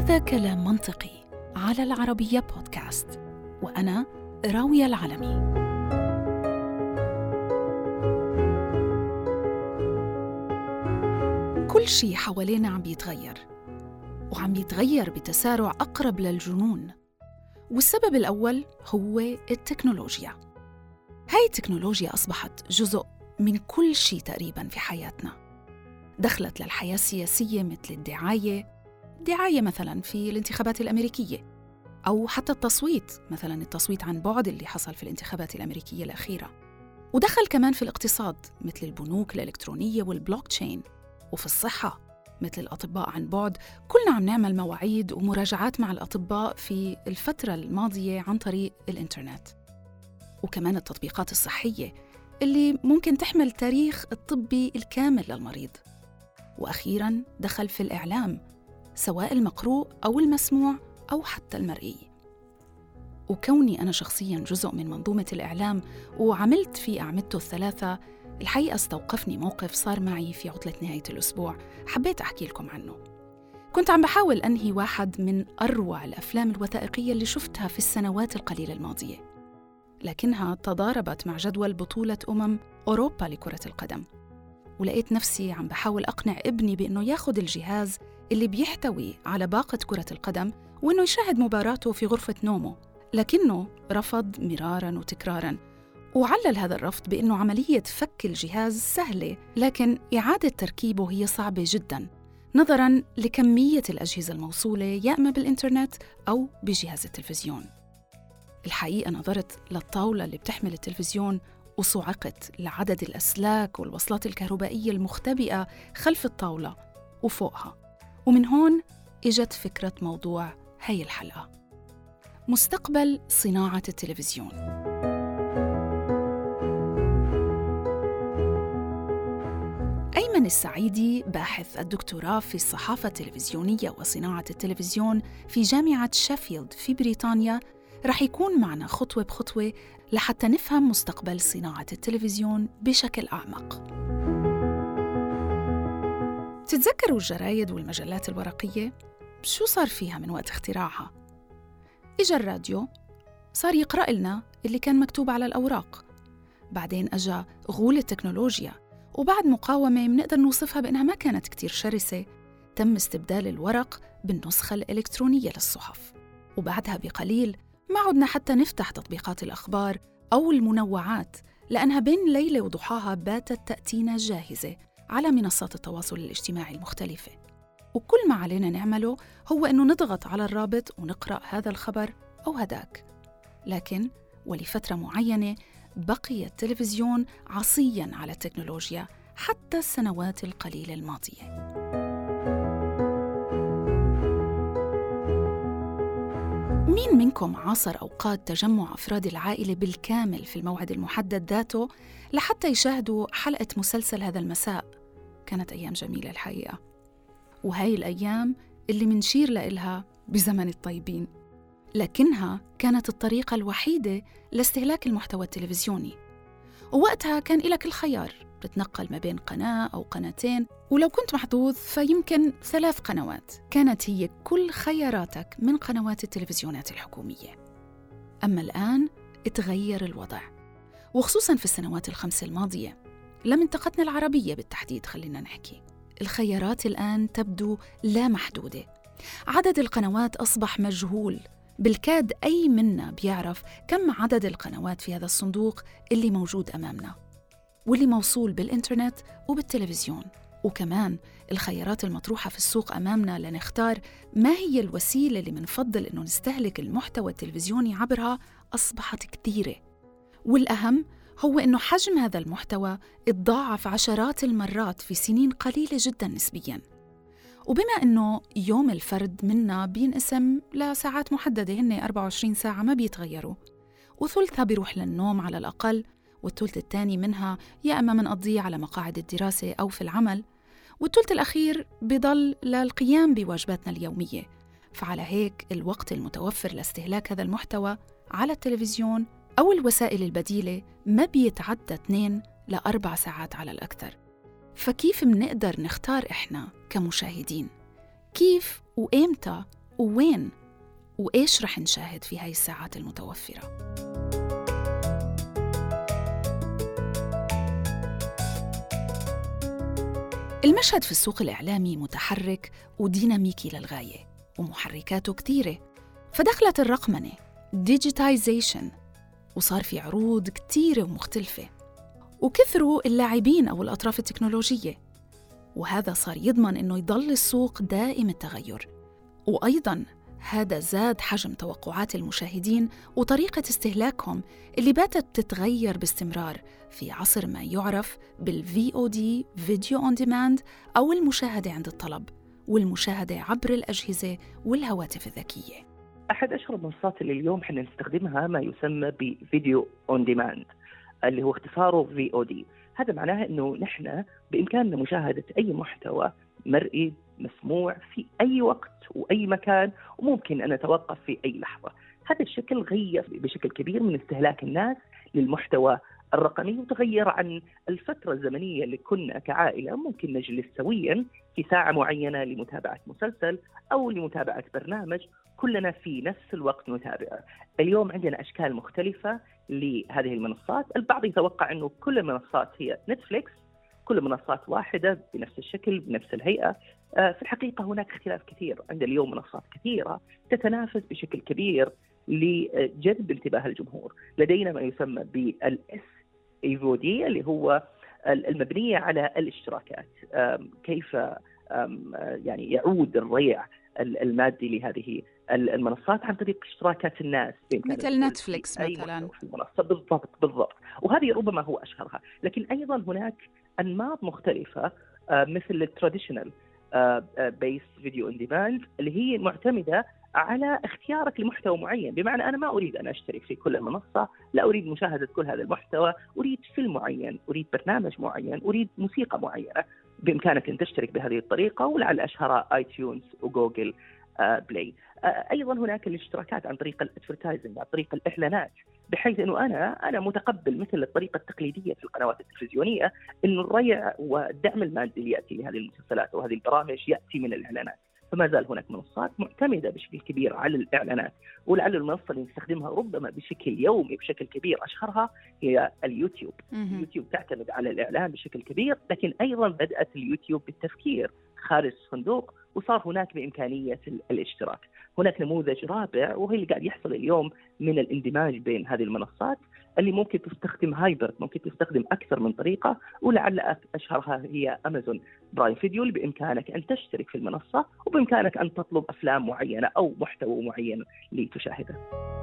هذا كلام منطقي على العربية بودكاست، وأنا راوية العلمي. كل شيء حوالينا عم بيتغير، وعم بيتغير بتسارع أقرب للجنون، والسبب الأول هو التكنولوجيا. هاي التكنولوجيا أصبحت جزء من كل شيء تقريباً في حياتنا. دخلت للحياة السياسية مثل الدعاية مثلاً في الانتخابات الأمريكية، أو حتى التصويت، مثلاً التصويت عن بعد اللي حصل في الانتخابات الأمريكية الأخيرة. ودخل كمان في الاقتصاد مثل البنوك الإلكترونية والبلوكتشين، وفي الصحة مثل الأطباء عن بعد. كلنا عم نعمل مواعيد ومراجعات مع الأطباء في الفترة الماضية عن طريق الإنترنت. وكمان التطبيقات الصحية اللي ممكن تحمل تاريخ الطبي الكامل للمريض. وأخيراً دخل في الإعلام، سواء المقروء أو المسموع أو حتى المرئي. وكوني أنا شخصياً جزء من منظومة الإعلام وعملت في أعمدته الثلاثة، الحقيقة استوقفني موقف صار معي في عطلة نهاية الأسبوع، حبيت أحكي لكم عنه. كنت عم بحاول أنهي واحد من أروع الأفلام الوثائقية اللي شفتها في السنوات القليلة الماضية، لكنها تضاربت مع جدول بطولة أوروبا لكرة القدم. ولقيت نفسي عم بحاول أقنع ابني بأنه ياخد الجهاز اللي بيحتوي على باقة كرة القدم وأنه يشاهد مباراته في غرفة نومه، لكنه رفض مراراً وتكراراً، وعلل هذا الرفض بأنه عملية فك الجهاز سهلة، لكن إعادة تركيبه هي صعبة جداً نظراً لكمية الأجهزة الموصولة يا إما بالإنترنت أو بجهاز التلفزيون. الحقيقة نظرت للطاولة اللي بتحمل التلفزيون وصعقت لعدد الأسلاك والوصلات الكهربائية المختبئة خلف الطاولة وفوقها. ومن هون إجت فكرة موضوع هاي الحلقة: مستقبل صناعة التلفزيون. أيمن السعيدي، باحث الدكتوراه في الصحافة التلفزيونية وصناعة التلفزيون في جامعة شيفيلد في بريطانيا، رح يكون معنا خطوة بخطوة لحتى نفهم مستقبل صناعة التلفزيون بشكل أعمق. تتذكروا الجرايد والمجلات الورقية؟ شو صار فيها من وقت اختراعها؟ إجا الراديو، صار يقرأ لنا اللي كان مكتوب على الأوراق. بعدين أجا غول التكنولوجيا، وبعد مقاومة منقدر نوصفها بأنها ما كانت كتير شرسة، تم استبدال الورق بالنسخة الإلكترونية للصحف. وبعدها بقليل ما عدنا حتى نفتح تطبيقات الأخبار أو المنوعات، لأنها بين ليلة وضحاها باتت تأتينا جاهزة على منصات التواصل الاجتماعي المختلفة. وكل ما علينا نعمله هو أنه نضغط على الرابط ونقرأ هذا الخبر أو هداك. لكن ولفترة معينة بقي التلفزيون عصياً على التكنولوجيا حتى السنوات القليلة الماضية. مين منكم عاصر أوقات تجمع أفراد العائلة بالكامل في الموعد المحدد ذاته لحتى يشاهدوا حلقة مسلسل هذا المساء؟ كانت أيام جميلة الحقيقة، وهاي الأيام اللي منشير لإلها بزمن الطيبين، لكنها كانت الطريقة الوحيدة لاستهلاك المحتوى التلفزيوني. ووقتها كان إلك الخيار، تتنقل ما بين قناة أو قناتين، ولو كنت محظوظ فيمكن 3 قنوات كانت هي كل خياراتك من قنوات التلفزيونات الحكومية. أما الآن اتغير الوضع، وخصوصاً في السنوات ال5 الماضية، لمنطقتنا العربية بالتحديد. خلينا نحكي الخيارات الآن تبدو لا محدودة، عدد القنوات أصبح مجهول، بالكاد أي منا بيعرف كم عدد القنوات في هذا الصندوق اللي موجود أمامنا واللي موصول بالإنترنت وبالتلفزيون. وكمان الخيارات المطروحة في السوق أمامنا لنختار ما هي الوسيلة اللي منفضل إنه نستهلك المحتوى التلفزيوني عبرها أصبحت كثيرة. والأهم هو إنه حجم هذا المحتوى اتضاعف عشرات المرات في سنين قليلة جداً نسبياً. وبما إنه يوم الفرد منا بينقسم لساعات محددة، هن 24 ساعة ما بيتغيروا، وثلثها بيروح للنوم على الأقل، والثلث الثاني منها يا أما منقضيه على مقاعد الدراسة أو في العمل، والثلث الأخير بيضل للقيام بواجباتنا اليومية. فعلى هيك الوقت المتوفر لاستهلاك هذا المحتوى على التلفزيون أو الوسائل البديلة ما بيتعدى 2 ل4 ساعات على الأكثر. فكيف منقدر نختار إحنا كمشاهدين؟ كيف وإمتى ووين وإيش رح نشاهد في هاي الساعات المتوفرة. المشهد في السوق الإعلامي متحرك وديناميكي للغاية، ومحركاته كتيرة، فدخلت الرقمنة digitization، وصار في عروض كتيرة ومختلفة، وكثروا اللاعبين أو الأطراف التكنولوجية، وهذا صار يضمن إنه يضل السوق دائم التغير. وأيضاً هذا زاد حجم توقعات المشاهدين وطريقة استهلاكهم اللي باتت تتغير باستمرار في عصر ما يعرف بالVOD Video on Demand، أو المشاهدة عند الطلب، والمشاهدة عبر الأجهزة والهواتف الذكية. أحد أشهر المنصات اللي اليوم حنا نستخدمها ما يسمى بفيديو on demand، اللي هو اختصاره VOD. هذا معناه أنه نحن بإمكاننا مشاهدة أي محتوى مرئي مسموع في أي وقت وأي مكان، وممكن أن نتوقف في أي لحظة. هذا الشكل غير بشكل كبير من استهلاك الناس للمحتوى الرقمي، وتغير عن الفترة الزمنية اللي كنا كعائلة ممكن نجلس سويا في ساعة معينة لمتابعة مسلسل أو لمتابعة برنامج كلنا في نفس الوقت نتابعه. اليوم عندنا أشكال مختلفة لهذه المنصات. البعض يتوقع أنه كل المنصات هي نتفليكس، كل منصات واحدة بنفس الشكل بنفس الهيئة. في الحقيقة هناك اختلاف كثير. عند اليوم منصات كثيرة تتنافس بشكل كبير لجذب انتباه الجمهور. لدينا ما يسمى بالSVOD اللي هو المبنية على الاشتراكات. كيف يعني يعود الريع المادي لهذه المنصات عن طريق اشتراكات الناس، مثل نتفليكس مثلا. بالضبط. وهذه ربما هو أشهرها، لكن أيضا هناك أنماط مختلفة مثل التراديشنال بيس فيديو اون ديماند، اللي هي معتمدة على اختيارك لمحتوى معين. بمعنى أنا ما أريد أن أشترك في كل منصة، لا أريد مشاهدة كل هذا المحتوى، أريد فيلم معين، أريد برنامج معين، أريد موسيقى معينة. بإمكانك أن تشترك بهذه الطريقة، ولعل أشهرها آيتيونز وجوجل بلاي. أيضا هناك الاشتراكات عن طريق الادفرتايزنج، عن طريق الإعلانات، بحيث أنه أنا متقبل مثل الطريقة التقليدية في القنوات التلفزيونية أنه الريع والدعم المادي اللي يأتي لهذه المسلسلات وهذه البرامج يأتي من الإعلانات. فما زال هناك منصات معتمدة بشكل كبير على الإعلانات، ولعل المنصة اللي نستخدمها ربما بشكل يومي بشكل كبير أشهرها هي اليوتيوب. اليوتيوب تعتمد على الإعلان بشكل كبير، لكن أيضا بدأت اليوتيوب بالتفكير خارج الصندوق، وصار هناك بإمكانية الاشتراك. هناك نموذج رابع وهي اللي قاعد يحصل اليوم من الاندماج بين هذه المنصات، اللي ممكن تستخدم هايبرد، ممكن تستخدم أكثر من طريقة، ولعل أشهرها هي أمازون برايم فيديو، اللي بإمكانك أن تشترك في المنصة وبإمكانك أن تطلب أفلام معينة أو محتوى معين لتشاهده.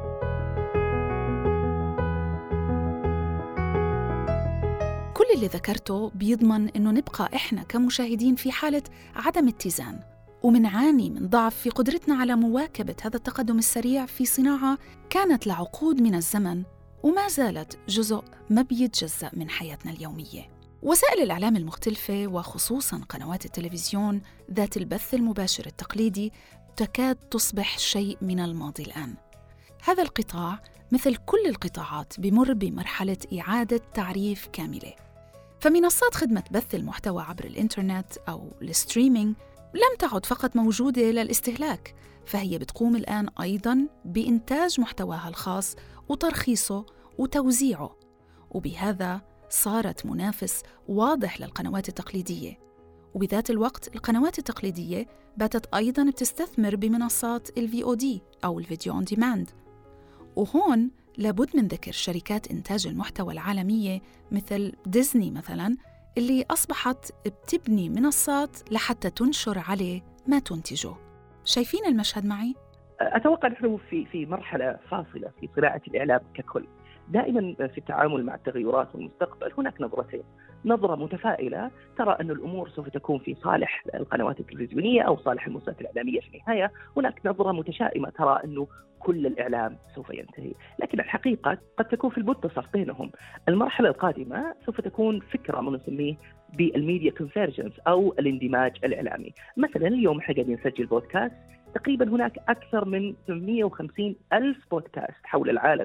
كل اللي ذكرته بيضمن إنه نبقى إحنا كمشاهدين في حالة عدم اتزان، ومنعاني من ضعف في قدرتنا على مواكبة هذا التقدم السريع في صناعة كانت لعقود من الزمن وما زالت جزء ما بيتجزأ من حياتنا اليومية. وسائل الإعلام المختلفة وخصوصاً قنوات التلفزيون ذات البث المباشر التقليدي تكاد تصبح شيء من الماضي الآن. هذا القطاع مثل كل القطاعات بمر بمرحلة إعادة تعريف كاملة. فمنصات خدمة بث المحتوى عبر الإنترنت أو الستريمينج لم تعد فقط موجودة للاستهلاك، فهي بتقوم الآن أيضاً بإنتاج محتواها الخاص وترخيصه وتوزيعه، وبهذا صارت منافس واضح للقنوات التقليدية. وبذات الوقت القنوات التقليدية باتت أيضاً بتستثمر بمنصات الVOD أو الفيديو أون ديماند. وهون لابد من ذكر شركات إنتاج المحتوى العالمية مثل ديزني مثلاً، اللي أصبحت بتبني منصات لحتى تنشر عليه ما تنتجه. شايفين المشهد معي؟ أتوقع نحن في مرحلة فاصلة في صناعة الإعلام ككل. دائما في التعامل مع التغيرات والمستقبل هناك نظرتين، نظرة متفائلة ترى أن الأمور سوف تكون في صالح القنوات التلفزيونية أو صالح المؤسسات الإعلامية في النهاية. هناك نظرة متشائمة ترى أنه كل الإعلام سوف ينتهي، لكن الحقيقة قد تكون في المنتصف بينهم. المرحلة القادمة سوف تكون فكرة ما نسميه بالميديا كونفيرجنس أو الاندماج الإعلامي. مثلا اليوم احنا قاعدين نسجل بودكاست، تقريبا هناك أكثر من 850 ألف بودكاست حول العالم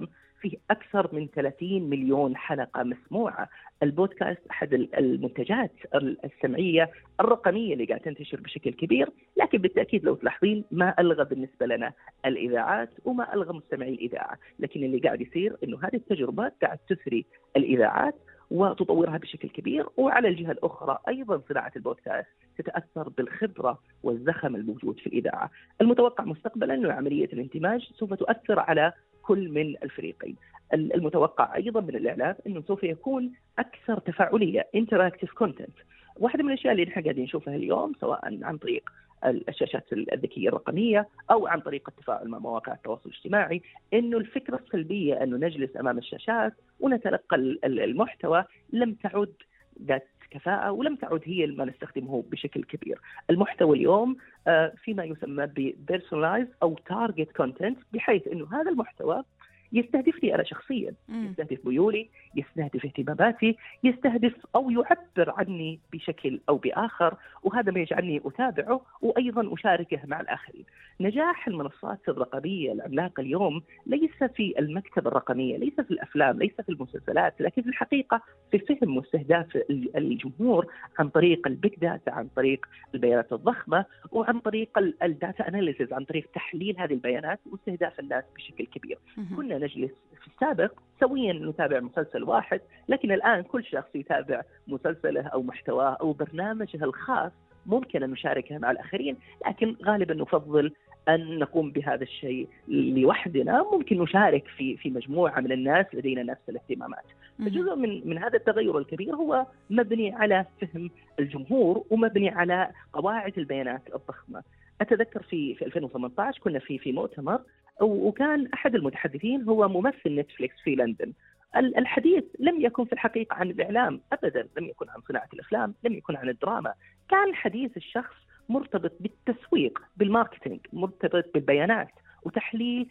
فيه أكثر من 30 مليون حلقة مسموعة. البودكاست أحد المنتجات السمعية الرقمية اللي قاعد تنتشر بشكل كبير، لكن بالتأكيد لو تلاحظين ما ألغى بالنسبة لنا الإذاعات وما ألغى مستمعي الإذاعة، لكن اللي قاعد يصير إنه هذه التجربة قاعد تثري الإذاعات وتطورها بشكل كبير، وعلى الجهة الأخرى أيضا صناعة البودكاست تتأثر بالخبرة والزخم الموجود في الإذاعة. المتوقع مستقبلا أن عملية الاندماج سوف تؤثر على كل من الفريقين. المتوقع أيضا من الإعلام أنه سوف يكون أكثر تفاعلية interactive content. واحدة من الأشياء اللي نحن قاعدين نشوفها اليوم سواء عن طريق الشاشات الذكية الرقمية أو عن طريق التفاعل مع مواقع التواصل الاجتماعي، إنه الفكرة السلبية إنه نجلس أمام الشاشات ونتلقى المحتوى لم تعد ذات كفاءة ولم تعد هي ما نستخدمه بشكل كبير. المحتوى اليوم فيما يسمى بpersonalized أو target content، بحيث إنه هذا المحتوى يستهدفني أنا شخصيا، يستهدف ميولي، يستهدف اهتماماتي، يستهدف أو يعبر عني بشكل أو بآخر، وهذا ما يجعلني أتابعه وأيضا أشاركه مع الآخرين. نجاح المنصات الرقمية العملاقة اليوم ليس في المكتبة الرقمية، ليس في الأفلام، ليس في المسلسلات، لكن في الحقيقة في فهم واستهداف الجمهور عن طريق البيج داتا، عن طريق البيانات الضخمة، وعن طريق الداتا أناليسيز، عن طريق تحليل هذه البيانات واستهداف الناس بشكل كبير. كنا نجلس في السابق سويا نتابع مسلسل واحد، لكن الآن كل شخص يتابع مسلسله أو محتواه أو برنامجه الخاص، ممكن أن نشاركه مع الآخرين، لكن غالبا نفضل أن نقوم بهذا الشيء لوحدنا. ممكن نشارك في مجموعة من الناس لدينا نفس الاهتمامات. فجزء من هذا التغير الكبير هو مبني على فهم الجمهور ومبني على قواعد البيانات الضخمة. أتذكر في 2018 كنا في مؤتمر، وكان أحد المتحدثين هو ممثل نتفليكس في لندن. الحديث لم يكن في الحقيقة عن الإعلام أبدا، لم يكن عن صناعة الأفلام، لم يكن عن الدراما، كان حديث الشخص مرتبط بالتسويق، بالماركتينج، مرتبط بالبيانات وتحليل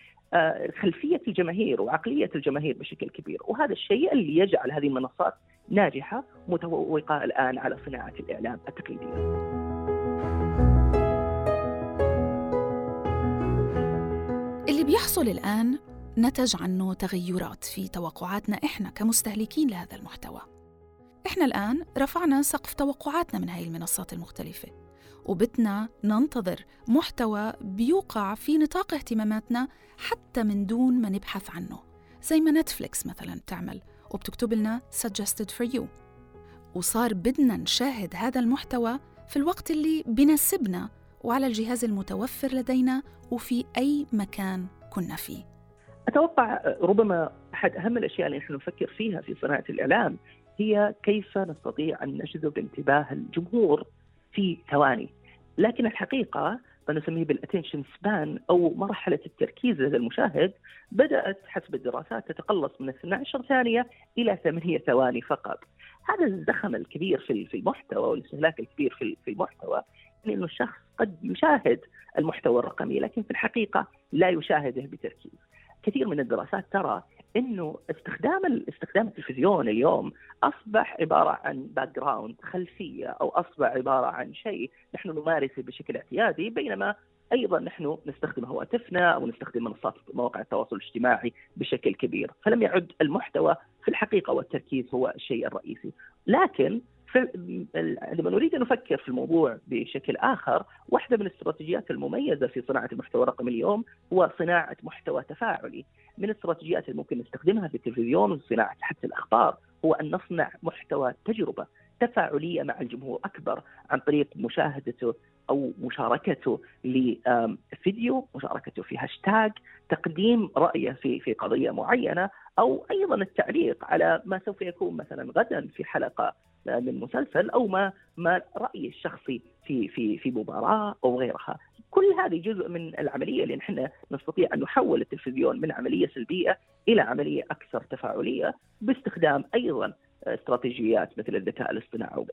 خلفية الجماهير وعقلية الجماهير بشكل كبير. وهذا الشيء اللي يجعل هذه المنصات ناجحة متفوقة الآن على صناعة الإعلام التقليدية. اللي بيحصل الآن نتج عنه تغيرات في توقعاتنا إحنا كمستهلكين لهذا المحتوى. إحنا الآن رفعنا سقف توقعاتنا من هاي المنصات المختلفة، وبدنا ننتظر محتوى بيوقع في نطاق اهتماماتنا حتى من دون ما نبحث عنه، زي ما نتفليكس مثلاً تعمل وبتكتب لنا suggested for you، وصار بدنا نشاهد هذا المحتوى في الوقت اللي بيناسبنا وعلى الجهاز المتوفر لدينا وفي أي مكان كنا فيه. أتوقع ربما أحد أهم الأشياء اللي نحن نفكر فيها في صناعة الإعلام هي كيف نستطيع أن نجذب انتباه الجمهور في ثواني، لكن الحقيقة ما نسميه بالاتنشن سبان أو مرحلة التركيز لدى المشاهد بدأت حسب الدراسات تتقلص من 12 ثانية إلى 8 ثواني فقط. هذا الزخم الكبير في المحتوى والاستهلاك الكبير في المحتوى، يعني أنه الشخص قد يشاهد المحتوى الرقمي لكن في الحقيقة لا يشاهده بتركيز. كثير من الدراسات ترى إنه استخدام التلفزيون اليوم أصبح عبارة عن باك جراوند، خلفية، أو أصبح عبارة عن شيء نحن نمارسه بشكل اعتيادي، بينما أيضا نحن نستخدم هواتفنا أو نستخدم منصات مواقع التواصل الاجتماعي بشكل كبير، فلم يعد المحتوى في الحقيقة والتركيز هو الشيء الرئيسي. لكن عندما نريد أن نفكر في الموضوع بشكل آخر، واحدة من الاستراتيجيات المميزة في صناعة المحتوى الرقمي اليوم هو صناعة محتوى تفاعلي. من الاستراتيجيات اللي ممكن نستخدمها في التلفزيون وصناعة حتى الأخبار هو أن نصنع محتوى تجربة تفاعلية مع الجمهور أكبر عن طريق مشاهدته أو مشاركته لفيديو، مشاركته في هاشتاج، تقديم رأيه في قضية معينة، أو أيضا التعليق على ما سوف يكون مثلا غدا في حلقة من مسلسل، أو ما رأيي الشخصي في مباراة أو غيرها. كل هذه جزء من العملية اللي نحن نستطيع أن نحول التلفزيون من عملية سلبية إلى عملية أكثر تفاعلية باستخدام أيضا استراتيجيات مثل الذكاء الاصطناعي.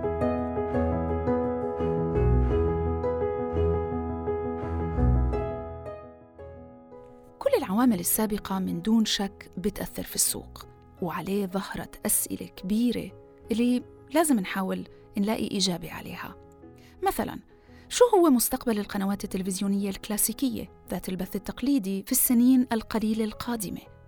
كل العوامل السابقة من دون شك بتأثر في السوق، وعليه ظهرت أسئلة كبيرة اللي لازم نحاول نلاقي إجابة عليها. مثلاً، شو هو مستقبل القنوات التلفزيونية الكلاسيكية ذات البث التقليدي في السنين القليلة القادمة؟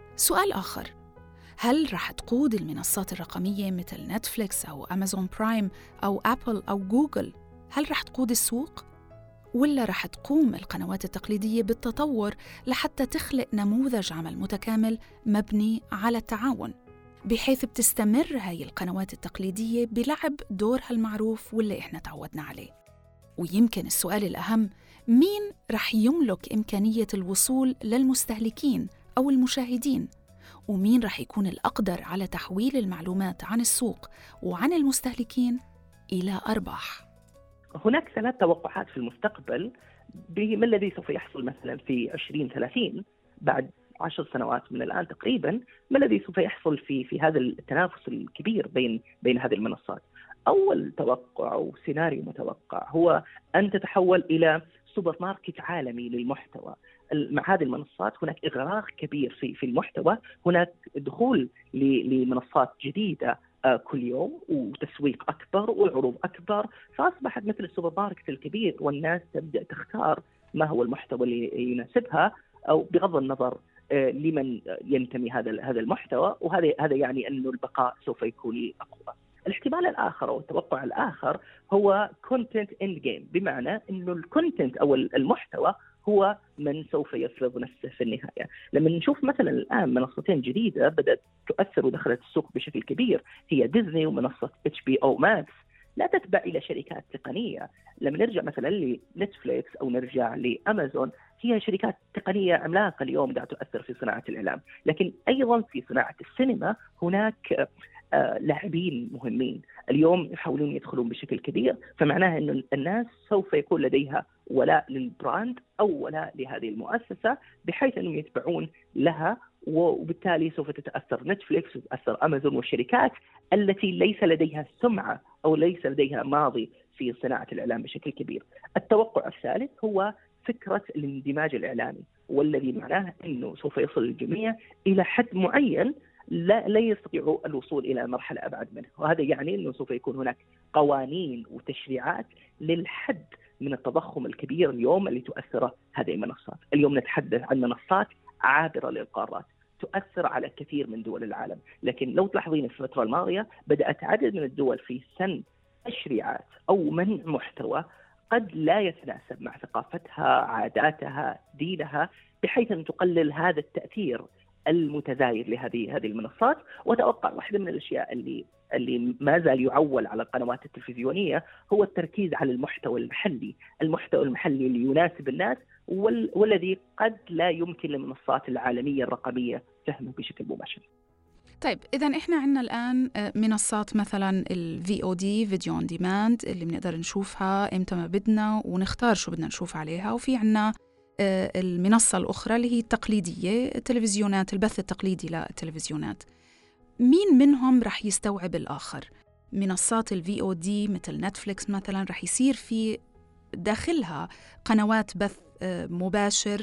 سؤال آخر: هل رح تقود المنصات الرقمية مثل نتفليكس أو أمازون برايم أو أبل أو جوجل، هل رح تقود السوق؟ ولا رح تقوم القنوات التقليدية بالتطور لحتى تخلق نموذج عمل متكامل مبني على التعاون، بحيث بتستمر هاي القنوات التقليدية بلعب دورها المعروف واللي إحنا تعودنا عليه؟ ويمكن السؤال الأهم: مين رح يملك إمكانية الوصول للمستهلكين أو المشاهدين؟ ومين رح يكون الأقدر على تحويل المعلومات عن السوق وعن المستهلكين إلى أرباح؟ هناك 3 توقعات في المستقبل بما الذي سوف يحصل مثلا في 2030 بعد 10 سنوات من الآن تقريبا. ما الذي سوف يحصل في هذا التنافس الكبير بين هذه المنصات؟ أول توقع أو سيناريو متوقع هو أن تتحول إلى سوبر ماركت عالمي للمحتوى. مع هذه المنصات هناك إغراق كبير في المحتوى، هناك دخول لمنصات جديدة كل يوم، وتسويق أكبر وعروض أكبر، فأصبحت مثل السوبر ماركت الكبير، والناس تبدأ تختار ما هو المحتوى اللي يناسبها، أو بغض النظر لمن ينتمي هذا المحتوى، وهذا يعني أنه البقاء سوف يكون أقوى. الاحتمال الآخر أو التوقع الآخر هو content end game، بمعنى أنه الكونتنت أو المحتوى هو من سوف يفرض نفسه في النهاية. لما نشوف مثلا الآن منصتين جديدة بدأت تؤثر ودخلت السوق بشكل كبير، هي ديزني ومنصة HBO Max، لا تتبع إلى شركات تقنية. لما نرجع مثلا لنتفليكس أو نرجع لأمازون، هي شركات تقنية عملاقة اليوم قاعدة تؤثر في صناعة الإعلام، لكن أيضا في صناعة السينما هناك لاعبين مهمين اليوم يحاولون يدخلون بشكل كبير، فمعناها أن الناس سوف يكون لديها ولاء للبراند أو ولاء لهذه المؤسسة، بحيث أنهم يتبعون لها، وبالتالي سوف تتأثر نتفليكس وتتأثر أمازون والشركات التي ليس لديها سمعة أو ليس لديها ماضي في صناعة الإعلام بشكل كبير. التوقع الثالث هو فكرة الاندماج الإعلامي، والذي معناه أنه سوف يصل الجميع إلى حد معين لا يستطيعوا الوصول إلى مرحلة أبعد منه، وهذا يعني أنه سوف يكون هناك قوانين وتشريعات للحد من التضخم الكبير اليوم اللي تؤثره هذه المنصات. اليوم نتحدث عن منصات عابرة للقارات تؤثر على كثير من دول العالم، لكن لو تلاحظين في الفترة الماضية بدأت عدد من الدول في سن تشريعات أو منع محتوى قد لا يتناسب مع ثقافتها، عاداتها، دينها، بحيث أن تقلل هذا التأثير المتزايد لهذه المنصات. وأتوقع واحدة من الأشياء اللي ما زال يعول على القنوات التلفزيونية هو التركيز على المحتوى المحلي اللي يناسب الناس، والذي قد لا يمكن للمنصات العالمية الرقمية فهمه بشكل مباشر. طيب، إذن إحنا عندنا الآن منصات مثلا VOD فيديو اون ديماند اللي بنقدر نشوفها إمتى ما بدنا ونختار شو بدنا نشوف عليها، وفي عنا المنصة الأخرى اللي هي التقليدية، التلفزيونات، البث التقليدي للتلفزيونات. مين منهم رح يستوعب الآخر؟ منصات VOD مثل نتفليكس مثلا رح يصير في داخلها قنوات بث مباشر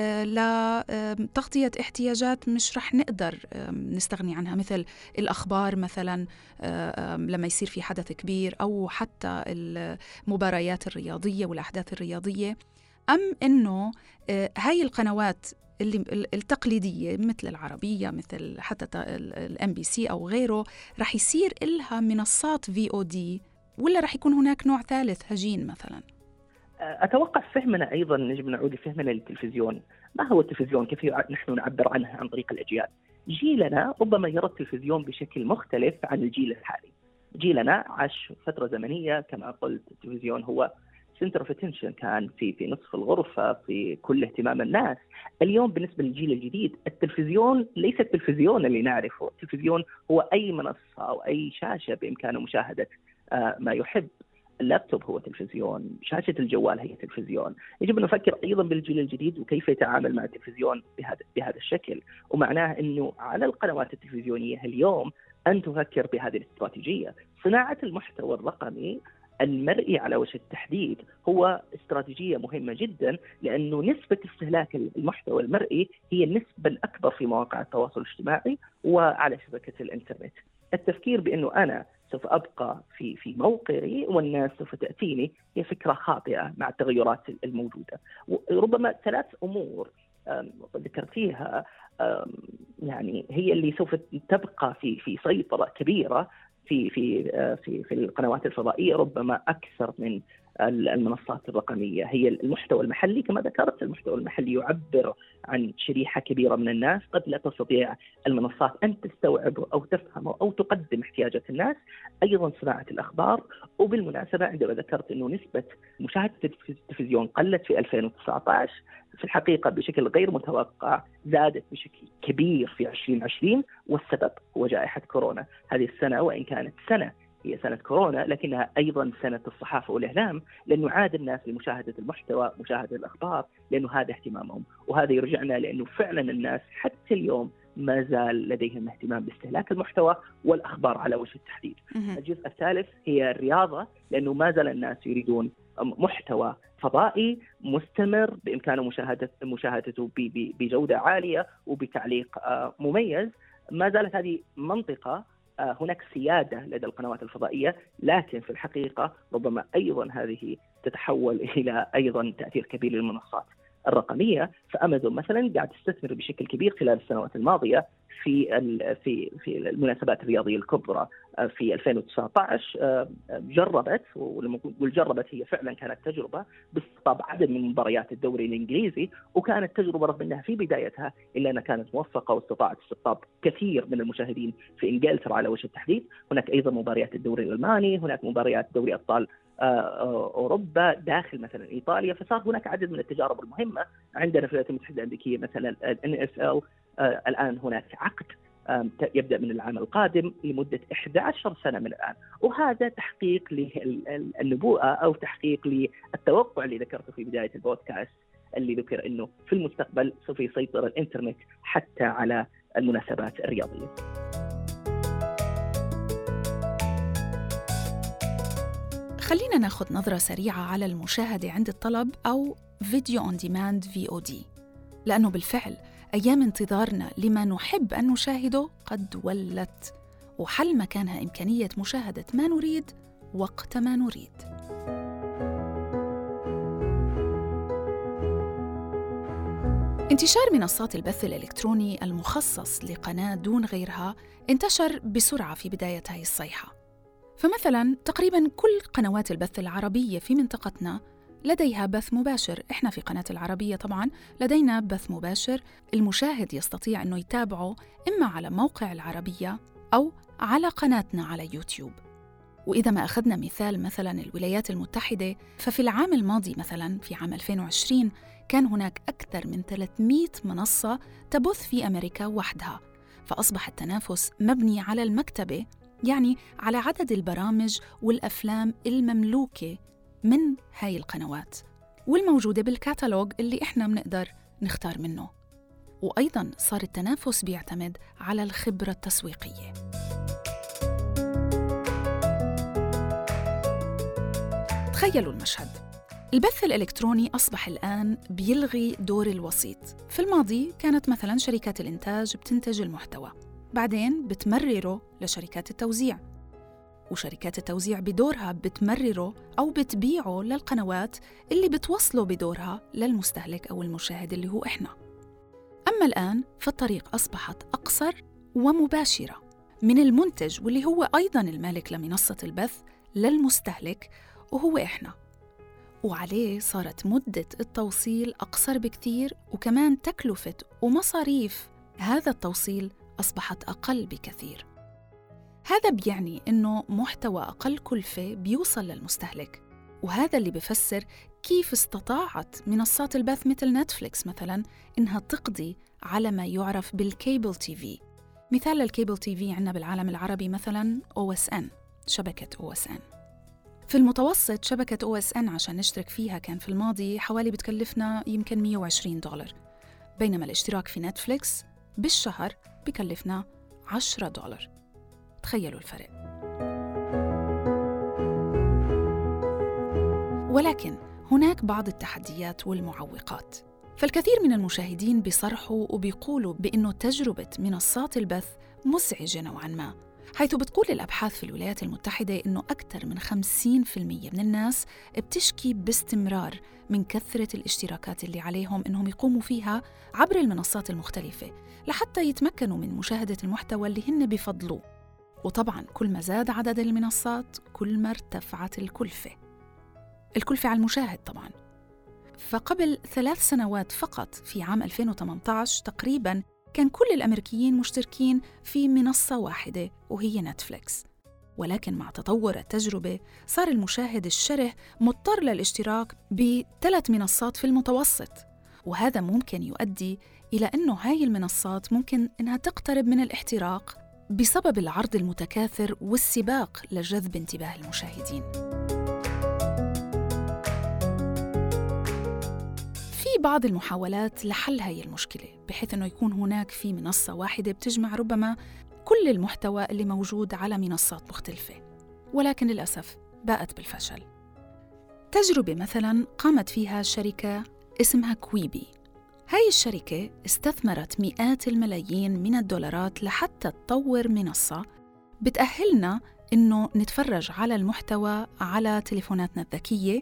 لتغطية احتياجات مش رح نقدر نستغني عنها، مثل الأخبار مثلا لما يصير في حدث كبير، أو حتى المباريات الرياضية والأحداث الرياضية. أم إنه هاي القنوات اللي التقليدية مثل العربية، مثل حتى الMBC أو غيره، رح يصير إلها منصات VOD، ولا رح يكون هناك نوع ثالث هجين مثلا؟ أتوقع فهمنا أيضا نجب نعود فهمنا للتلفزيون. ما هو التلفزيون؟ كيف نحن نعبر عنه عن طريق الأجيال؟ جيلنا ربما يرى التلفزيون بشكل مختلف عن الجيل الحالي. جيلنا عاش فترة زمنية كما قلت التلفزيون هو سنتر اوف اتنشن، كان في نصف الغرفة، في كل اهتمام الناس. اليوم بالنسبة للجيل الجديد التلفزيون ليس التلفزيون اللي نعرفه، التلفزيون هو أي منصة أو أي شاشة بإمكانه مشاهدة ما يحب. اللابتوب هو تلفزيون، شاشة الجوال هي تلفزيون. يجب أن نفكر أيضا بالجيل الجديد وكيف يتعامل مع التلفزيون بهذا الشكل، ومعناه أنه على القنوات التلفزيونية اليوم أن تفكر بهذه الاستراتيجية. صناعة المحتوى الرقمي المرئي على وجه التحديد هو استراتيجية مهمة جدا، لأنه نسبة استهلاك المحتوى المرئي هي النسبة الأكبر في مواقع التواصل الاجتماعي وعلى شبكة الإنترنت. التفكير بأنه أنا سوف أبقى في موقعي والناس سوف تأتيني هي فكرة خاطئة مع التغيرات الموجودة. وربما 3 أمور ذكرتيها يعني هي اللي سوف تبقى في سيطرة كبيرة في القنوات الفضائية، ربما أكثر من المنصات الرقمية. هي المحتوى المحلي كما ذكرت، المحتوى المحلي يعبر عن شريحة كبيرة من الناس قد لا تستطيع المنصات أن تستوعبه أو تفهمه أو تقدم احتياجات الناس. أيضا صناعة الأخبار، وبالمناسبة عندما ذكرت أنه نسبة مشاهدة التلفزيون قلت في 2019، في الحقيقة بشكل غير متوقع زادت بشكل كبير في 2020، والسبب هو جائحة كورونا. هذه السنة وإن كانت سنة هي سنة كورونا، لكنها أيضا سنة الصحافة والإعلام، لأنه عاد الناس لمشاهدة المحتوى، مشاهدة الأخبار، لأنه هذا اهتمامهم. وهذا يرجعنا لأنه فعلا الناس حتى اليوم ما زال لديهم اهتمام باستهلاك المحتوى والأخبار على وجه التحديد. الجزء الثالث هي الرياضة، لأنه ما زال الناس يريدون محتوى فضائي مستمر بإمكانه مشاهدته بجودة عالية وبتعليق مميز. ما زالت هذه منطقة هناك سيادة لدى القنوات الفضائية، لكن في الحقيقة ربما أيضا هذه تتحول إلى أيضا تأثير كبير للمنصات الرقمية. فأمازون مثلا قاعد تستثمر بشكل كبير خلال السنوات الماضية في المناسبات الرياضية الكبرى. في 2019 جربت، ولما نقول جربت هي فعلا كانت تجربة باستقطاب عدد من مباريات الدوري الإنجليزي، وكانت تجربة رغم أنها في بدايتها إلا أنها كانت موفقة واستطاعت استقطاب كثير من المشاهدين في إنجلترا على وجه التحديد. هناك أيضا مباريات الدوري الألماني، هناك مباريات دوري أبطال أوروبا داخل مثلا إيطاليا. فصار هناك عدد من التجارب المهمة. عندنا في الولايات المتحدة الأمريكية مثلا NFL، الآن هناك عقد يبدأ من العام القادم لمدة 11 سنة من الآن، وهذا تحقيق للنبوءة أو تحقيق للتوقع اللي ذكرته في بداية البودكاست، اللي ذكر أنه في المستقبل سوف يسيطر الإنترنت حتى على المناسبات الرياضية. خلينا ناخذ نظرة سريعة على المشاهدة عند الطلب أو فيديو أون ديماند VOD، لأنه بالفعل أيام انتظارنا لما نحب أن نشاهده قد ولت، وحل مكانها إمكانية مشاهدة ما نريد وقت ما نريد. انتشار منصات البث الإلكتروني المخصص لقناة دون غيرها انتشر بسرعة في بداية هذه الصيحة. فمثلاً تقريباً كل قنوات البث العربية في منطقتنا لديها بث مباشر. إحنا في قناة العربية طبعاً لدينا بث مباشر، المشاهد يستطيع أنه يتابعه إما على موقع العربية أو على قناتنا على يوتيوب. وإذا ما أخذنا مثلاً الولايات المتحدة، ففي العام الماضي مثلاً في عام 2020 كان هناك أكثر من 300 منصة تبث في أمريكا وحدها. فأصبح التنافس مبني على المكتبة، يعني على عدد البرامج والأفلام المملوكة من هاي القنوات والموجودة بالكاتالوج اللي إحنا بنقدر نختار منه. وأيضاً صار التنافس بيعتمد على الخبرة التسويقية. تخيلوا المشهد، البث الإلكتروني أصبح الآن بيلغي دور الوسيط. في الماضي كانت مثلاً شركات الإنتاج بتنتج المحتوى، بعدين بتمرره لشركات التوزيع، وشركات التوزيع بدورها بتمرره أو بتبيعه للقنوات اللي بتوصله بدورها للمستهلك أو المشاهد اللي هو إحنا. أما الآن فالطريق أصبحت أقصر ومباشرة من المنتج واللي هو أيضاً المالك لمنصة البث للمستهلك وهو إحنا، وعليه صارت مدة التوصيل أقصر بكثير، وكمان تكلفة ومصاريف هذا التوصيل أصبحت أقل بكثير. هذا بيعني إنه محتوى أقل كلفة بيوصل للمستهلك، وهذا اللي بفسر كيف استطاعت منصات البث مثل نتفليكس مثلاً إنها تقضي على ما يعرف بالكيبل تي في. مثال الكيبل تي في عندنا بالعالم العربي مثلاً OSN، شبكة OSN. في المتوسط شبكة OSN عشان نشترك فيها كان في الماضي حوالي بتكلفنا يمكن $120، بينما الاشتراك في نتفليكس بالشهر بكلفنا $10. تخيلوا الفرق. ولكن هناك بعض التحديات والمعوقات. فالكثير من المشاهدين بيصرحوا وبيقولوا بأنه تجربة منصات البث مزعجة نوعاً ما، حيث بتقول الأبحاث في الولايات المتحدة إنه أكثر من 50% من الناس بتشكي باستمرار من كثرة الاشتراكات اللي عليهم إنهم يقوموا فيها عبر المنصات المختلفة لحتى يتمكنوا من مشاهدة المحتوى اللي هن بفضلوه. وطبعاً كل ما زاد عدد المنصات كل ما ارتفعت الكلفة على المشاهد طبعاً. فقبل 3 سنوات فقط في عام 2018 تقريباً كان كل الأمريكيين مشتركين في منصة واحدة وهي نتفليكس. ولكن مع تطور التجربة صار المشاهد الشره مضطر للاشتراك ب3 منصات في المتوسط، وهذا ممكن يؤدي إلى أنه هاي المنصات ممكن أنها تقترب من الاحتراق بسبب العرض المتكاثر والسباق لجذب انتباه المشاهدين. في بعض المحاولات لحل هاي المشكلة بحيث أنه يكون هناك في منصة واحدة بتجمع ربما كل المحتوى اللي موجود على منصات مختلفة، ولكن للأسف باءت بالفشل. تجربة مثلاً قامت فيها شركة اسمها كويبي. هاي الشركة استثمرت مئات الملايين من الدولارات لحتى تطور منصة بتأهلنا إنه نتفرج على المحتوى على تليفوناتنا الذكية،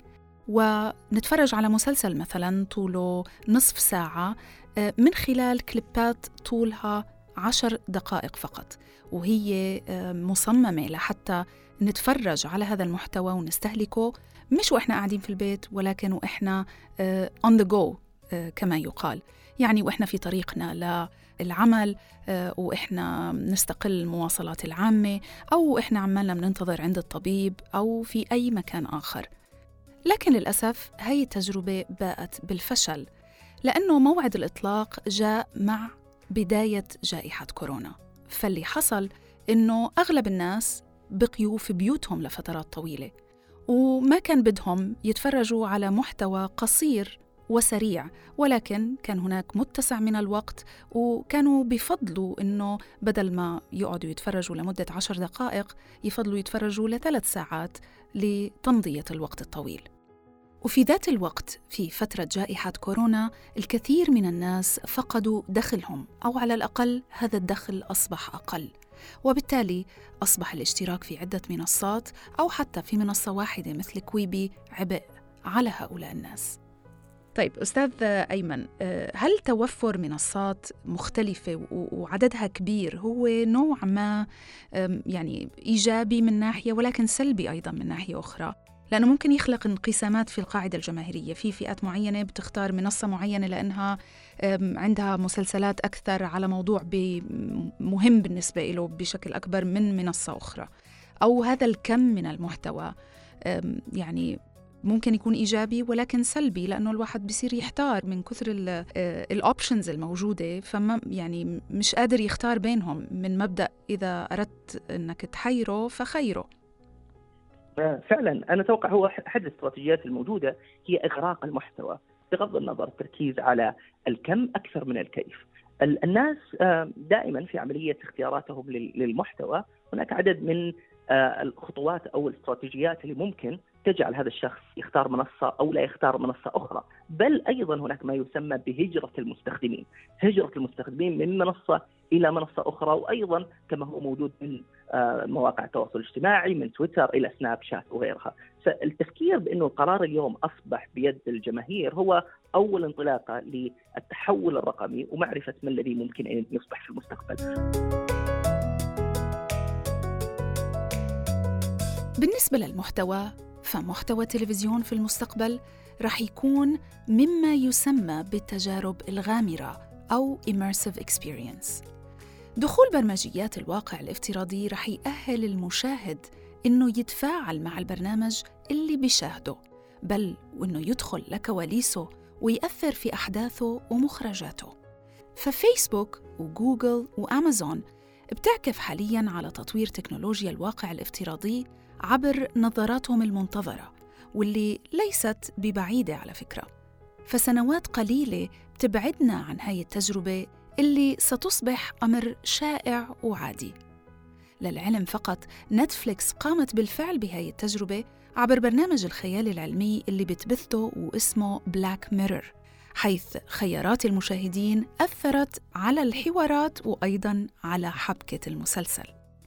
ونتفرج على مسلسل مثلاً طوله نصف ساعة من خلال كليبات طولها 10 دقائق فقط، وهي مصممة لحتى نتفرج على هذا المحتوى ونستهلكه مش وإحنا قاعدين في البيت، ولكن وإحنا on the go كما يقال، يعني وإحنا في طريقنا للعمل، وإحنا نستقل المواصلات العامة، أو إحنا عمالنا بننتظر عند الطبيب أو في أي مكان آخر. لكن للأسف هاي التجربة باءت بالفشل لأنه موعد الإطلاق جاء مع بداية جائحة كورونا. فاللي حصل إنه أغلب الناس بقيوا في بيوتهم لفترات طويلة، وما كان بدهم يتفرجوا على محتوى قصير وسريع، ولكن كان هناك متسع من الوقت، وكانوا بيفضلوا إنه بدل ما يقعدوا يتفرجوا لمدة 10 دقائق يفضلوا يتفرجوا ل3 ساعات لتمضية الوقت الطويل. وفي ذات الوقت في فترة جائحة كورونا الكثير من الناس فقدوا دخلهم، أو على الأقل هذا الدخل أصبح أقل، وبالتالي أصبح الاشتراك في عدة منصات أو حتى في منصة واحدة مثل كويبي عبء على هؤلاء الناس. طيب أستاذ أيمن، هل توفر منصات مختلفة وعددها كبير هو نوع ما يعني إيجابي من ناحية ولكن سلبي أيضاً من ناحية أخرى؟ لأنه ممكن يخلق انقسامات في القاعدة الجماهيرية، في فئات معينة بتختار منصة معينة لأنها عندها مسلسلات أكثر على موضوع مهم بالنسبة له بشكل أكبر من منصة أخرى، أو هذا الكم من المحتوى يعني ممكن يكون إيجابي ولكن سلبي، لأنه الواحد بيصير يحتار من كثر الأوبشنز الموجودة، فما يعني مش قادر يختار بينهم، من مبدأ إذا أردت أنك تحيره فخيره. فعلا أنا أتوقع هو أحد الاستراتيجيات الموجودة هي إغراق المحتوى بغض النظر التركيز على الكم أكثر من الكيف. الناس دائما في عملية اختياراتهم للمحتوى هناك عدد من الخطوات أو الاستراتيجيات اللي ممكن تجعل هذا الشخص يختار منصة أو لا يختار منصة أخرى، بل أيضا هناك ما يسمى بهجرة المستخدمين، هجرة المستخدمين من منصة إلى منصة أخرى، وأيضا كما هو موجود من مواقع التواصل الاجتماعي من تويتر إلى سناب شات وغيرها. فالتفكير بأنه القرار اليوم أصبح بيد الجماهير هو أول انطلاقة للتحول الرقمي ومعرفة ما الذي ممكن أن يصبح في المستقبل. بالنسبة للمحتوى، فمحتوى التلفزيون في المستقبل رح يكون مما يسمى بالتجارب الغامرة أو immersive experience. دخول برمجيات الواقع الافتراضي رح يأهل المشاهد إنه يتفاعل مع البرنامج اللي بيشاهده، بل وإنه يدخل لكواليسه ويأثر في أحداثه ومخرجاته. ففيسبوك وجوجل وأمازون بتعكف حالياً على تطوير تكنولوجيا الواقع الافتراضي عبر نظاراتهم المنتظرة، واللي ليست ببعيدة على فكرة. فسنوات قليلة بتبعدنا عن هاي التجربة اللي ستصبح أمر شائع وعادي. للعلم فقط، نتفليكس قامت بالفعل بهاي التجربة عبر برنامج الخيال العلمي اللي بتبثه واسمه بلاك ميرور، حيث خيارات المشاهدين أثرت على الحوارات وأيضاً على حبكة المسلسل.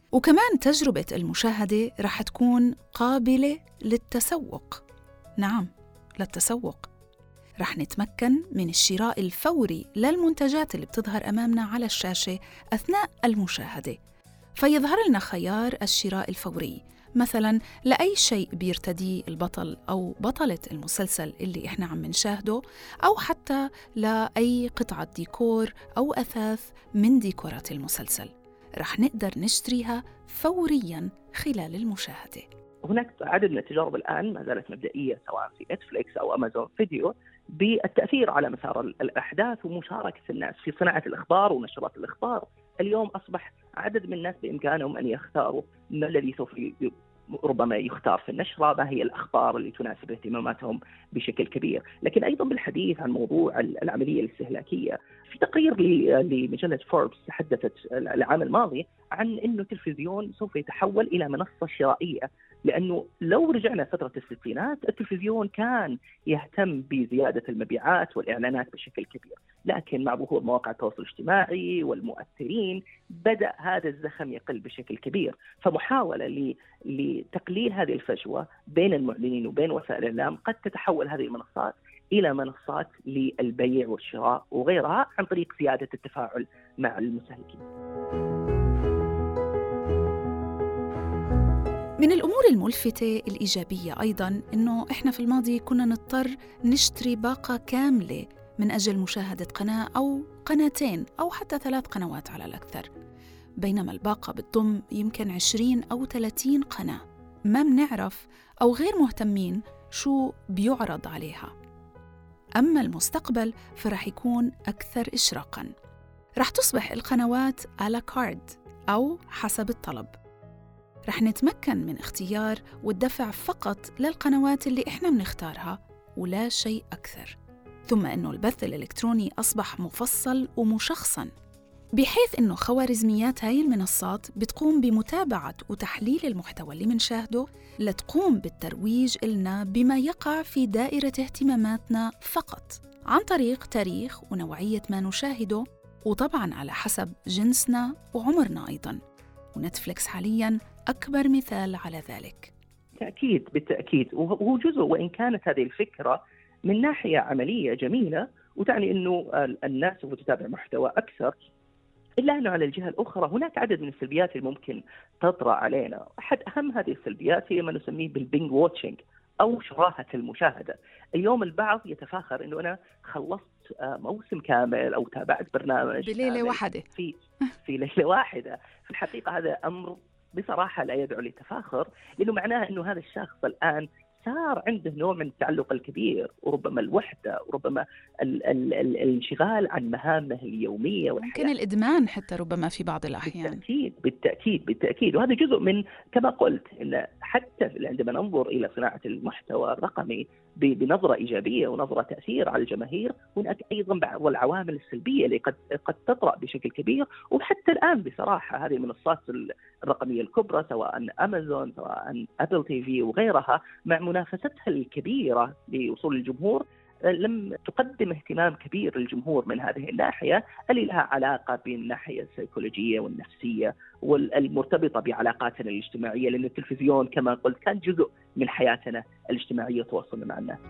وكمان تجربة المشاهدة رح تكون قابلة للتسوق. نعم، للتسوق. رح نتمكن من الشراء الفوري للمنتجات اللي بتظهر أمامنا على الشاشة أثناء المشاهدة، فيظهر لنا خيار الشراء الفوري مثلاً لأي شيء بيرتديه البطل أو بطلة المسلسل اللي إحنا عم نشاهده، أو حتى لأي قطعة ديكور أو أثاث من ديكورات المسلسل. رح نقدر نشتريها فورياً خلال المشاهدة. هناك عدد من التجارب الآن ما زالت مبدئية سواء في نتفليكس أو أمازون فيديو بالتأثير على مسار الأحداث ومشاركة الناس في صناعة الأخبار ونشرات الأخبار. اليوم أصبح عدد من الناس بإمكانهم أن يختاروا ما الذي سوف ربما يختار في النشرة، ما هي الأخبار اللي تناسب اهتماماتهم بشكل كبير. لكن أيضا بالحديث عن موضوع العملية الاستهلاكية، في تقرير لمجلة فوربس تحدثت العام الماضي عن أنه التلفزيون سوف يتحول إلى منصة شرائية، لأنه لو رجعنا فترة الستينات التلفزيون كان يهتم بزيادة المبيعات والإعلانات بشكل كبير، لكن مع ظهور مواقع التواصل الاجتماعي والمؤثرين بدأ هذا الزخم يقل بشكل كبير. فمحاولة لتقليل هذه الفجوة بين المعلنين وبين وسائل الإعلام قد تتحول هذه المنصات إلى منصات للبيع والشراء وغيرها عن طريق زيادة التفاعل مع المستهلكين. من الأمور الملفتة الإيجابية أيضاً إنه إحنا في الماضي كنا نضطر نشتري باقة كاملة من أجل مشاهدة قناة أو قناتين أو حتى 3 قنوات على الأكثر، بينما الباقة بتضم يمكن 20 أو 30 قناة ما بنعرف أو غير مهتمين شو بيعرض عليها. أما المستقبل فرح يكون أكثر إشراقاً. رح تصبح القنوات على كارد أو حسب الطلب. رح نتمكن من اختيار والدفع فقط للقنوات اللي إحنا بنختارها ولا شيء أكثر. ثم إنه البث الإلكتروني أصبح مفصل ومشخصن، بحيث إنه خوارزميات هاي المنصات بتقوم بمتابعة وتحليل المحتوى اللي منشاهده لتقوم بالترويج إلنا بما يقع في دائرة اهتماماتنا فقط، عن طريق تاريخ ونوعية ما نشاهده، وطبعاً على حسب جنسنا وعمرنا أيضاً. ونتفليكس حالياً أكبر مثال على ذلك. بالتأكيد وهو جزء، وإن كانت هذه الفكرة من ناحية عملية جميلة وتعني أنه الناس سوف تتابع محتوى أكثر، إلا أنه على الجهة الأخرى هناك عدد من السلبيات اللي ممكن تطرأ علينا. أحد أهم هذه السلبيات هي ما نسميه بالبينج واتشنج أو شراهة المشاهدة. اليوم البعض يتفاخر أنه أنا خلصت موسم كامل أو تابعت برنامج بليلة واحدة في ليلة واحدة. في الحقيقة هذا أمر بصراحة لا يدعو للتفاخر، لأنه معناه أنه هذا الشخص الآن صار عنده نوع من التعلق الكبير وربما الوحدة وربما الانشغال عن مهامه اليومية والحياة. ممكن الإدمان حتى ربما في بعض الأحيان. بالتأكيد وهذا جزء من كما قلت إن حتى عندما ننظر إلى صناعة المحتوى الرقمي بنظرة إيجابية ونظرة تأثير على الجماهير، هناك أيضا بعض العوامل السلبية اللي قد تطرأ بشكل كبير. وحتى الآن بصراحة هذه المنصات الرقمية الكبرى سواء أمازون سواء أبل تي في وغيرها مع منافستها الكبيرة لوصول الجمهور لم تقدم اهتمام كبير للجمهور من هذه الناحية اللي لها علاقة بالناحية السيكولوجية والنفسية والمرتبطة بعلاقاتنا الاجتماعية، لأن التلفزيون كما قلت كان جزء من حياتنا الاجتماعية وتواصلنا مع الناس.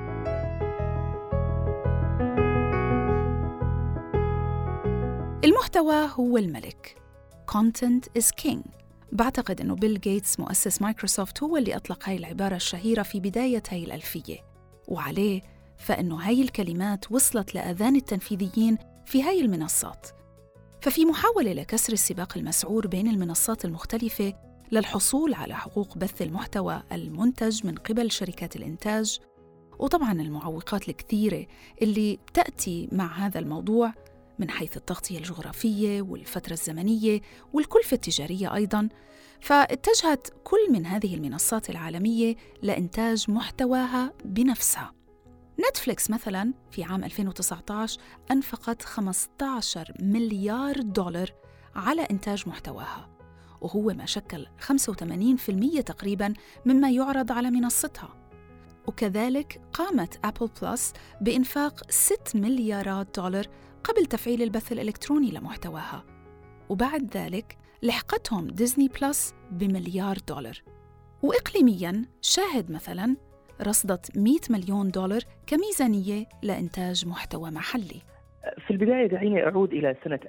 المحتوى هو الملك. Content is king. بعتقد أنه بيل غيتس مؤسس مايكروسوفت هو اللي أطلق هاي العبارة الشهيرة في بداية هاي الألفية، وعليه فإنه هاي الكلمات وصلت لأذان التنفيذيين في هاي المنصات. ففي محاولة لكسر السباق المسعور بين المنصات المختلفة للحصول على حقوق بث المحتوى المنتج من قبل شركات الإنتاج، وطبعاً المعوقات الكثيرة اللي تأتي مع هذا الموضوع من حيث التغطية الجغرافية والفترة الزمنية والكلفة التجارية أيضاً، فاتجهت كل من هذه المنصات العالمية لإنتاج محتواها بنفسها. نتفليكس مثلاً في عام 2019 أنفقت $15 مليار على إنتاج محتواها، وهو ما شكل 85% تقريباً مما يعرض على منصتها. وكذلك قامت أبل بلس بإنفاق $6 مليارات قبل تفعيل البث الإلكتروني لمحتواها. وبعد ذلك لحقتهم ديزني بلس بمليار دولار. وإقليمياً شاهد مثلاً رصدت $100 مليون كميزانية لإنتاج محتوى محلي. في البداية دعيني أعود إلى سنة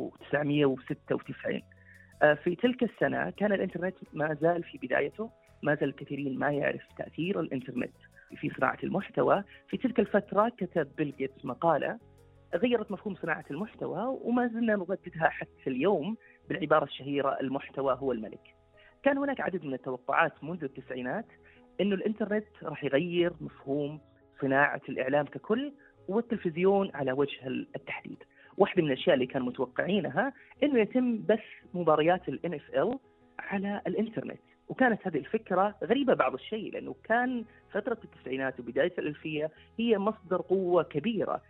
1996. في تلك السنة كان الإنترنت ما زال في بدايته، ما زال الكثيرين ما يعرف تأثير الإنترنت في صناعة المحتوى. في تلك الفترة كتب بيل غيتس مقالة غيرت مفهوم صناعة المحتوى، وما زلنا نرددها حتى اليوم بالعبارة الشهيرة: المحتوى هو الملك. كان هناك عدد من التوقعات منذ التسعينات إنه الإنترنت راح يغير مفهوم صناعة الإعلام ككل والتلفزيون على وجه التحديد. واحدة من الأشياء اللي كانوا متوقعينها إنه يتم بث مباريات NFL على الإنترنت، وكانت هذه الفكرة غريبة بعض الشيء، لأنه كان فترة التسعينات وبداية الألفية هي مصدر قوة كبيرة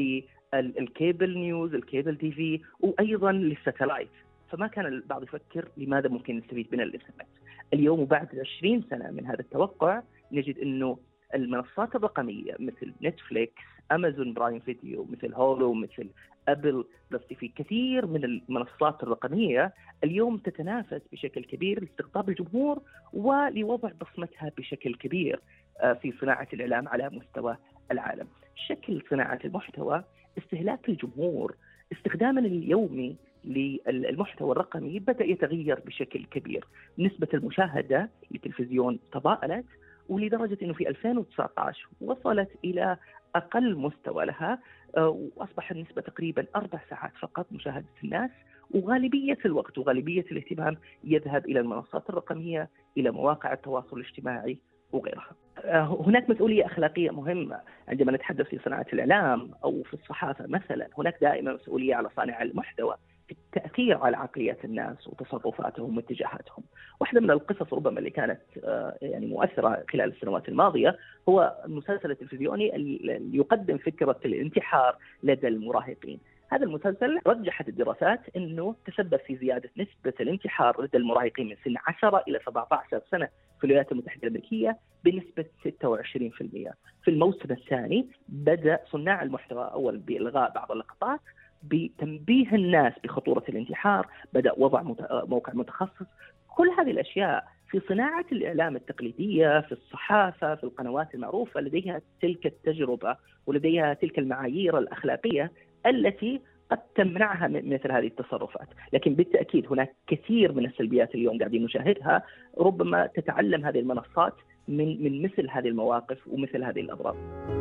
للكيبل نيوز، الكيبل تي في، وأيضا للساتلايت. فما كان البعض يفكر لماذا ممكن نستفيد من الإنترنت. اليوم وبعد 20 سنة من هذا التوقع نجد أنه المنصات الرقمية مثل نتفليكس، أمازون برايم فيديو، مثل هولو، مثل أبل بلس تي في، كثير من المنصات الرقمية اليوم تتنافس بشكل كبير لاستقطاب الجمهور ولوضع بصمتها بشكل كبير في صناعة الإعلام على مستوى العالم. شكل صناعة المحتوى، استهلاك الجمهور، استخدامنا اليومي للمحتوى الرقمي بدأ يتغير بشكل كبير. نسبة المشاهدة للتلفزيون تضاءلت، ولدرجة أنه في 2019 وصلت إلى أقل مستوى لها، وأصبح النسبة تقريبا 4 ساعات فقط مشاهدة الناس، وغالبية الوقت وغالبية الاهتمام يذهب إلى المنصات الرقمية، إلى مواقع التواصل الاجتماعي وغيرها. هناك مسؤولية أخلاقية مهمة عندما نتحدث في صناعة الإعلام أو في الصحافة مثلا. هناك دائما مسؤولية على صانع المحتوى في التأثير على عقليات الناس وتصرفاتهم واتجاهاتهم. واحدة من القصص ربما اللي كانت يعني مؤثرة خلال السنوات الماضية هو المسلسل التلفزيوني اللي يقدم فكرة الانتحار لدى المراهقين. هذا المسلسل رجحت الدراسات أنه تسبب في زيادة نسبة الانتحار لدى المراهقين من سن 10 إلى 17 سنة في الولايات المتحدة الأمريكية بنسبة 26%. في الموسم الثاني بدأ صناع المحتوى أول بإلغاء بعض اللقطات، بتنبيه الناس بخطورة الانتحار، بدأ وضع موقع متخصص. كل هذه الأشياء في صناعة الإعلام التقليدية، في الصحافة، في القنوات المعروفة لديها تلك التجربة ولديها تلك المعايير الأخلاقية التي قد تمنعها من مثل هذه التصرفات. لكن بالتأكيد هناك كثير من السلبيات اليوم قاعدين نشاهدها، ربما تتعلم هذه المنصات من مثل هذه المواقف ومثل هذه الأضرار.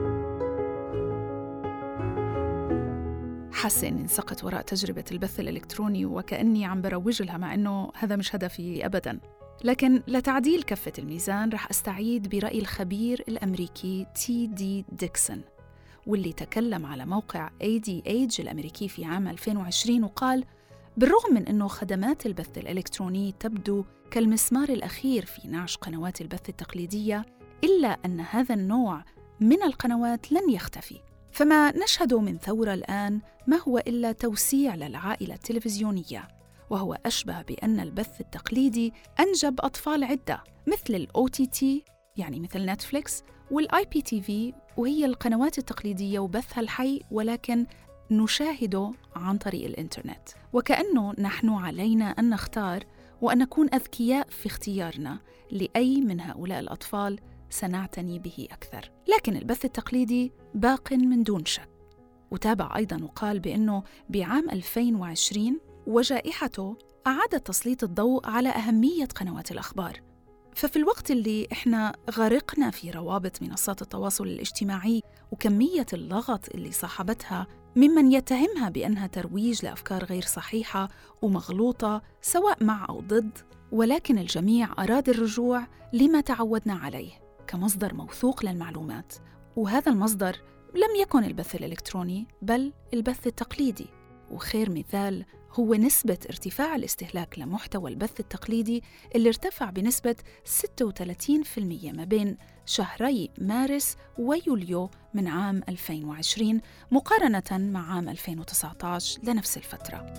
حاسة إني انسقت وراء تجربة البث الإلكتروني وكأني عم بروج لها، مع إنه هذا مش هدفي أبداً. لكن لتعديل كفة الميزان رح أستعيد برأي الخبير الأمريكي تي دي ديكسون، واللي تكلم على موقع ADAge الأمريكي في عام 2020 وقال: بالرغم من أنه خدمات البث الإلكتروني تبدو كالمسمار الأخير في نعش قنوات البث التقليدية، إلا أن هذا النوع من القنوات لن يختفي. فما نشهد من ثورة الآن ما هو إلا توسيع للعائلة التلفزيونية، وهو أشبه بأن البث التقليدي أنجب أطفال عدة مثل OTT، يعني مثل نتفليكس، والIPTV، وهي القنوات التقليدية وبثها الحي، ولكن نشاهده عن طريق الإنترنت. وكأنه نحن علينا أن نختار وأن نكون أذكياء في اختيارنا لأي من هؤلاء الأطفال سنعتني به أكثر. لكن البث التقليدي باق من دون شك. وتابع أيضاً وقال بأنه بعام 2020 وجائحته أعاد تسليط الضوء على أهمية قنوات الأخبار. ففي الوقت اللي إحنا غرقنا في روابط منصات التواصل الاجتماعي وكمية اللغط اللي صاحبتها ممن يتهمها بأنها ترويج لأفكار غير صحيحة ومغلوطة سواء مع أو ضد، ولكن الجميع أراد الرجوع لما تعودنا عليه كمصدر موثوق للمعلومات. وهذا المصدر لم يكن البث الإلكتروني بل البث التقليدي. وخير مثال هو نسبة ارتفاع الاستهلاك لمحتوى البث التقليدي اللي ارتفع بنسبة 36% ما بين شهري مارس ويوليو من عام 2020 مقارنة مع عام 2019 لنفس الفترة.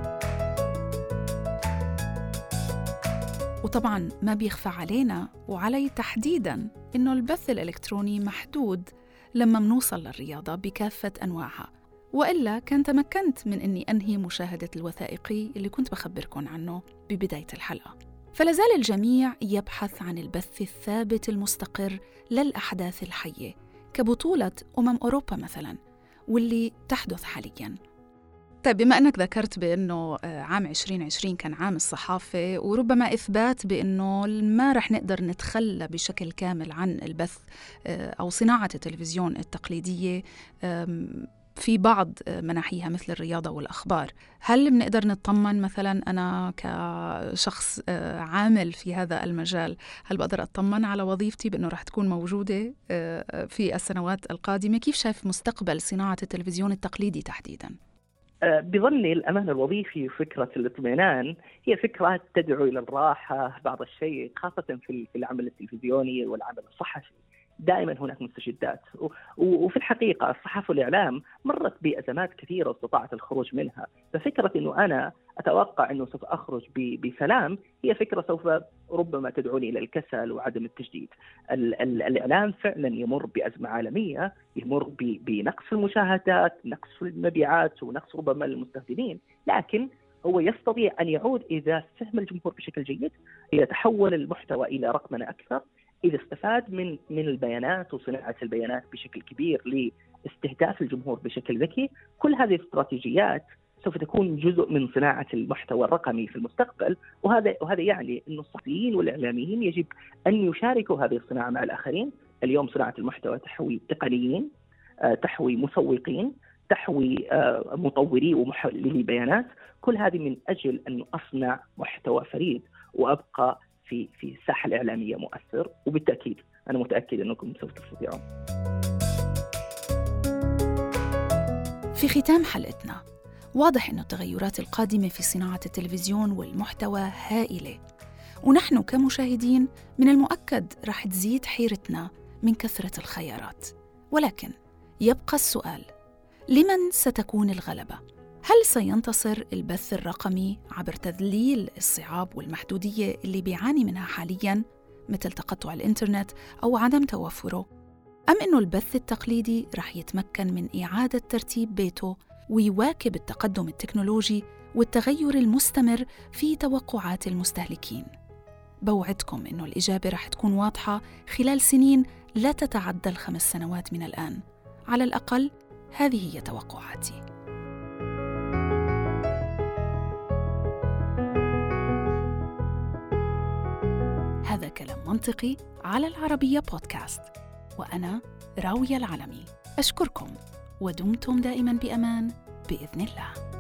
وطبعاً ما بيخفى علينا وعلي تحديداً إنه البث الإلكتروني محدود لما منوصل للرياضة بكافة أنواعها، وإلا كان تمكنت من أني أنهي مشاهدة الوثائقي اللي كنت بخبركن عنه ببداية الحلقة. فلازال الجميع يبحث عن البث الثابت المستقر للأحداث الحية كبطولة أوروبا مثلاً، واللي تحدث حالياً. طيب، بما أنك ذكرت بأنه عام 2020 كان عام الصحافة، وربما إثبات بأنه ما رح نقدر نتخلى بشكل كامل عن البث أو صناعة التلفزيون التقليدية في بعض مناحيها مثل الرياضة والأخبار، هل بنقدر نطمن مثلا أنا كشخص عامل في هذا المجال، هل بقدر أطمن على وظيفتي بأنه رح تكون موجودة في السنوات القادمة؟ كيف شايف مستقبل صناعة التلفزيون التقليدي تحديداً؟ بظني الأمان الوظيفي وفكرة الاطمئنان هي فكرة تدعو إلى الراحة بعض الشيء، خاصة في العمل التلفزيوني والعمل الصحفي. دائما هناك مستجدات، وفي الحقيقة الصحافة والإعلام مرت بأزمات كثيرة واستطاعت الخروج منها. ففكرة أنه أنا أتوقع أنه سوف أخرج بسلام هي فكرة سوف ربما تدعوني إلى الكسل وعدم التجديد. الإعلام فعلا يمر بأزمة عالمية، يمر بنقص المشاهدات، نقص المبيعات، ونقص ربما المستخدمين، لكن هو يستطيع أن يعود إذا فهم الجمهور بشكل جيد، إذا تحول المحتوى إلى رقمنة أكثر، إذا استفاد من البيانات وصناعة البيانات بشكل كبير لاستهداف الجمهور بشكل ذكي. كل هذه الاستراتيجيات سوف تكون جزء من صناعة المحتوى الرقمي في المستقبل، وهذا يعني أن الصحفيين والإعلاميين يجب أن يشاركوا هذه الصناعة مع الآخرين. اليوم صناعة المحتوى تحوي تقنيين، تحوي مسوقين، تحوي مطوري ومحللي بيانات، كل هذه من أجل أن أصنع محتوى فريد وأبقى في الساحة الإعلامية مؤثر، وبالتأكيد أنا متأكد أنكم سوف تستطيعون. في ختام حلقتنا، واضح أن التغيرات القادمة في صناعة التلفزيون والمحتوى هائلة، ونحن كمشاهدين من المؤكد رح تزيد حيرتنا من كثرة الخيارات. ولكن يبقى السؤال: لمن ستكون الغلبة؟ هل سينتصر البث الرقمي عبر تذليل الصعاب والمحدودية اللي بيعاني منها حالياً مثل تقطع الإنترنت أو عدم توفره؟ أم إنه البث التقليدي رح يتمكن من إعادة ترتيب بيته ويواكب التقدم التكنولوجي والتغير المستمر في توقعات المستهلكين؟ بوعدكم إنه الإجابة رح تكون واضحة خلال سنين لا تتعدى 5 سنوات من الآن، على الأقل هذه هي توقعاتي. هذا كلام منطقي على العربية بودكاست، وأنا راوية العلمي. أشكركم ودمتم دائما بأمان بإذن الله.